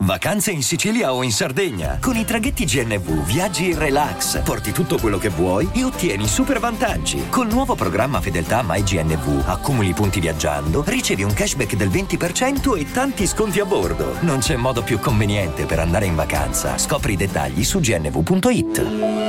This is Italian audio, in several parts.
Vacanze in Sicilia o in Sardegna. Con i traghetti GNV viaggi in relax, porti tutto quello che vuoi e ottieni super vantaggi. Col nuovo programma Fedeltà MyGNV accumuli punti viaggiando, ricevi un cashback del 20% e tanti sconti a bordo. Non c'è modo più conveniente per andare in vacanza. Scopri i dettagli su gnv.it.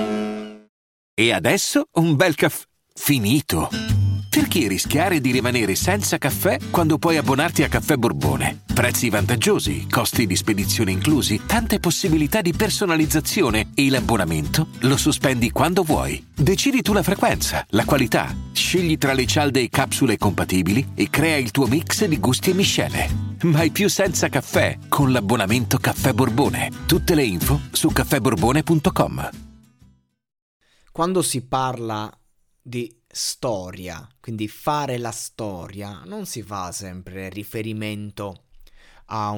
E adesso un bel caffè finito. Perché rischiare di rimanere senza caffè quando puoi abbonarti a Caffè Borbone? Prezzi vantaggiosi, costi di spedizione inclusi, tante possibilità di personalizzazione e l'abbonamento lo sospendi quando vuoi. Decidi tu la frequenza, la qualità, scegli tra le cialde e capsule compatibili e crea il tuo mix di gusti e miscele. Mai più senza caffè con l'abbonamento Caffè Borbone. Tutte le info su caffèborbone.com. Quando si parla di storia, quindi fare la storia, non si fa sempre riferimento a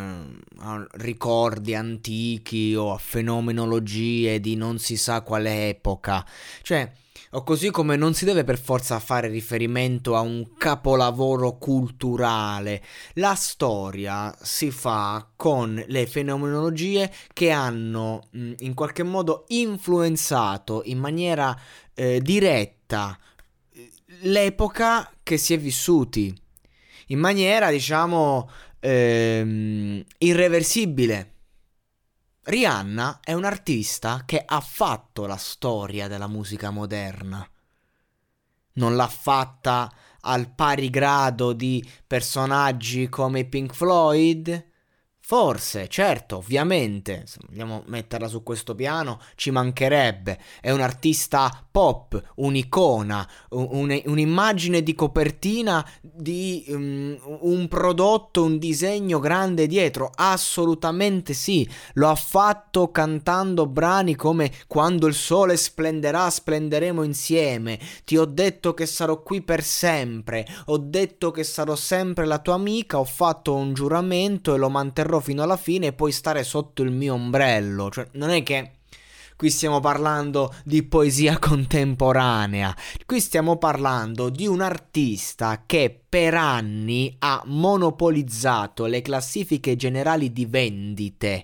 ricordi antichi o a fenomenologie di non si sa quale epoca, cioè, o così come non si deve per forza fare riferimento a un capolavoro culturale. La storia si fa con le fenomenologie che hanno in qualche modo influenzato in maniera diretta l'epoca che si è vissuti, in maniera diciamo irreversibile. Rihanna è un artista che ha fatto la storia della musica moderna. Non l'ha fatta al pari grado di personaggi come i Pink Floyd? Forse, certo, ovviamente, se vogliamo metterla su questo piano, ci mancherebbe. È un artista pop, un'icona, un'immagine di copertina di un prodotto, un disegno grande dietro. Assolutamente sì, lo ha fatto cantando brani come Quando il sole splenderà, splenderemo insieme, Ti ho detto che sarò qui per sempre, Ho detto che sarò sempre la tua amica, Ho fatto un giuramento e lo manterrò fino alla fine e puoi stare sotto il mio ombrello. Cioè, non è che qui stiamo parlando di poesia contemporanea, qui stiamo parlando di un artista che per anni ha monopolizzato le classifiche generali di vendite,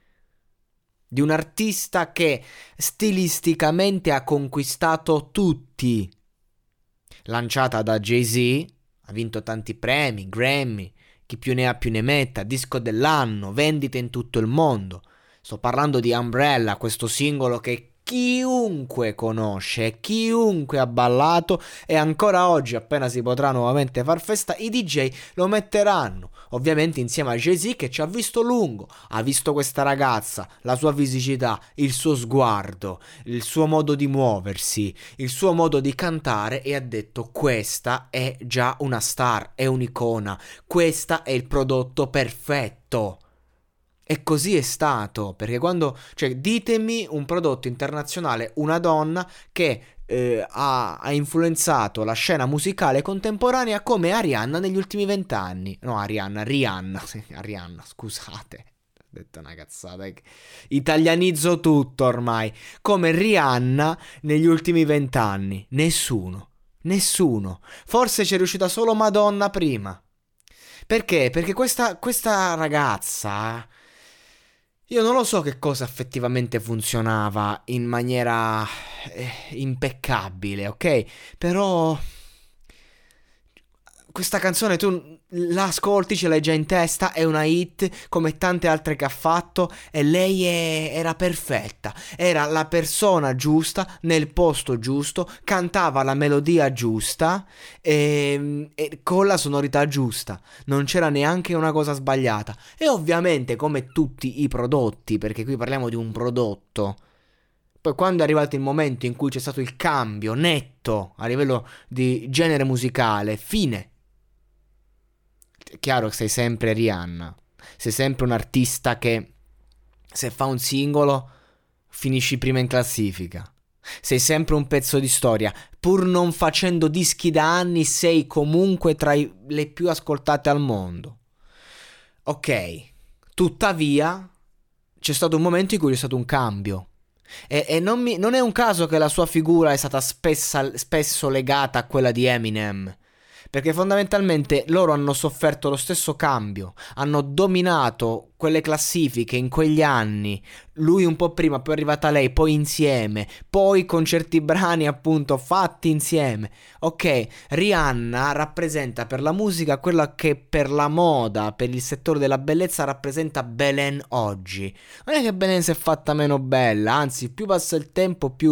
di un artista che stilisticamente ha conquistato tutti. Lanciata da Jay-Z, ha vinto tanti premi, Grammy, chi più ne ha più ne metta, disco dell'anno, vendite in tutto il mondo. Sto parlando di Umbrella, questo singolo che chiunque conosce, chiunque ha ballato, e ancora oggi, appena si potrà nuovamente far festa, i DJ lo metteranno, ovviamente insieme a Jay-Z che ci ha visto lungo, ha visto questa ragazza, la sua fisicità, il suo sguardo, il suo modo di muoversi, il suo modo di cantare, e ha detto: questa è già una star, è un'icona, questa è il prodotto perfetto. E così è stato, perché quando, cioè, ditemi un prodotto internazionale, una donna che ha influenzato la scena musicale contemporanea come Arianna negli ultimi 20 anni. No, Rihanna, scusate, ho detto una cazzata, italianizzo tutto ormai. Come Rihanna negli ultimi 20 anni, nessuno. Forse c'è riuscita solo Madonna prima. Perché? Perché questa ragazza, io non lo so che cosa effettivamente funzionava in maniera impeccabile, ok? Però questa canzone tu la ascolti, ce l'hai già in testa, è una hit come tante altre che ha fatto, e lei era perfetta, era la persona giusta nel posto giusto, cantava la melodia giusta e con la sonorità giusta, non c'era neanche una cosa sbagliata. E ovviamente, come tutti i prodotti, perché qui parliamo di un prodotto, poi quando è arrivato il momento in cui c'è stato il cambio netto a livello di genere musicale, fine. È chiaro che sei sempre Rihanna, sei sempre un artista che se fa un singolo finisci prima in classifica, sei sempre un pezzo di storia, pur non facendo dischi da anni sei comunque tra le più ascoltate al mondo. Ok, tuttavia c'è stato un momento in cui c'è stato un cambio, e non è un caso che la sua figura è stata spesso legata a quella di Eminem, perché fondamentalmente loro hanno sofferto lo stesso cambio, hanno dominato quelle classifiche in quegli anni, lui un po' prima, poi è arrivata lei, poi insieme, poi con certi brani appunto fatti insieme. Ok, Rihanna rappresenta per la musica quella che per la moda, per il settore della bellezza rappresenta Belen oggi. Non è che Belen si è fatta meno bella, anzi più passa il tempo più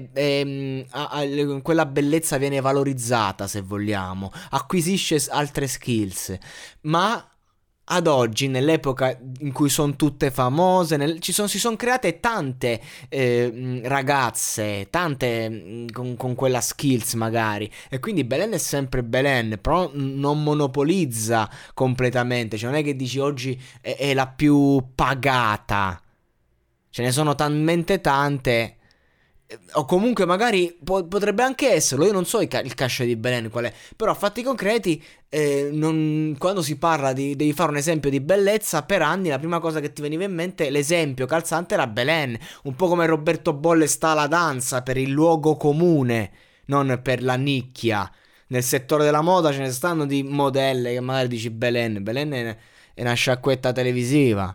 quella bellezza viene valorizzata, se vogliamo, acquisisce altre skills, ma ad oggi, nell'epoca in cui sono tutte famose, si sono create tante ragazze, tante con quella skills magari, e quindi Belen è sempre Belen, però non monopolizza completamente, cioè non è che dici oggi è la più pagata, ce ne sono talmente tante. O comunque magari potrebbe anche esserlo. Io non so il cash di Belen qual è, però a fatti concreti quando si parla devi fare un esempio di bellezza, per anni la prima cosa che ti veniva in mente, l'esempio calzante, era Belen. Un po' come Roberto Bolle sta alla danza, per il luogo comune, non per la nicchia. Nel settore della moda ce ne stanno di modelle che magari dici Belen è una sciacquetta televisiva,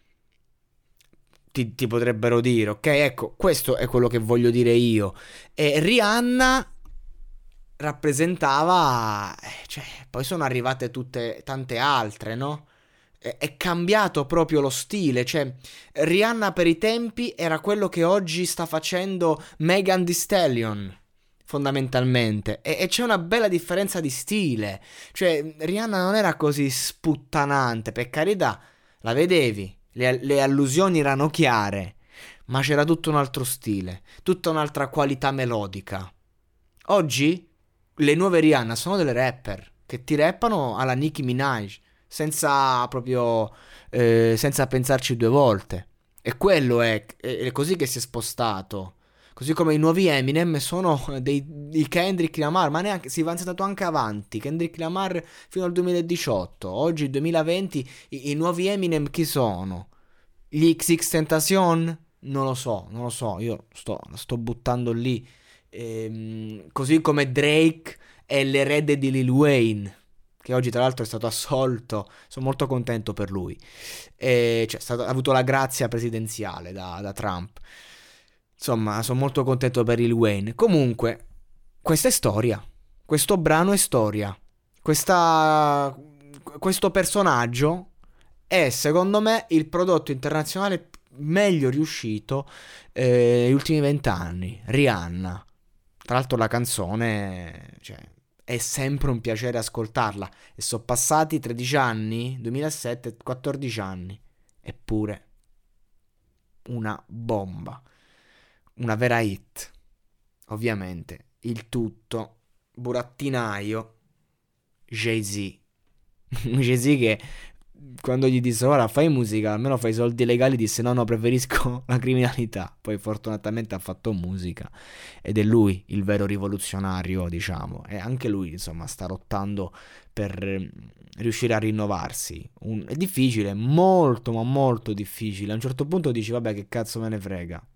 ti potrebbero dire, ok? Ecco, questo è quello che voglio dire io. E Rihanna rappresentava, cioè, poi sono arrivate tante altre, no? È cambiato proprio lo stile, cioè Rihanna per i tempi era quello che oggi sta facendo Megan Thee Stallion, fondamentalmente, e c'è una bella differenza di stile, cioè Rihanna non era così sputtanante, per carità, la vedevi, le allusioni erano chiare, ma c'era tutto un altro stile, tutta un'altra qualità melodica. Oggi le nuove Rihanna sono delle rapper che ti rappano alla Nicki Minaj, senza proprio senza pensarci due volte. E quello è così che si è spostato. Così come i nuovi Eminem sono dei Kendrick Lamar, ma neanche si è avanzato anche avanti. Kendrick Lamar fino al 2018. Oggi, 2020, i nuovi Eminem chi sono? Gli XXXTentacion? Non lo so. Io sto buttando lì. Così come Drake e l'erede di Lil Wayne, che oggi tra l'altro è stato assolto. Sono molto contento per lui. Ha avuto la grazia presidenziale da Trump. Insomma, sono molto contento per Lil Wayne. Comunque, questa è storia. Questo brano è storia. Questo personaggio è, secondo me, il prodotto internazionale meglio riuscito negli ultimi 20 anni. Rihanna. Tra l'altro la canzone, cioè, è sempre un piacere ascoltarla. E sono passati 13 anni, 2007, 14 anni. Eppure, una bomba. Una vera hit. Ovviamente, il tutto burattinaio Jay-Z. Jay-Z che quando gli disse ora fai musica, almeno fai soldi legali, disse no, preferisco la criminalità. Poi fortunatamente ha fatto musica ed è lui il vero rivoluzionario, diciamo, e anche lui insomma sta lottando per riuscire a rinnovarsi. È difficile, molto ma molto difficile. A un certo punto dici vabbè, che cazzo me ne frega,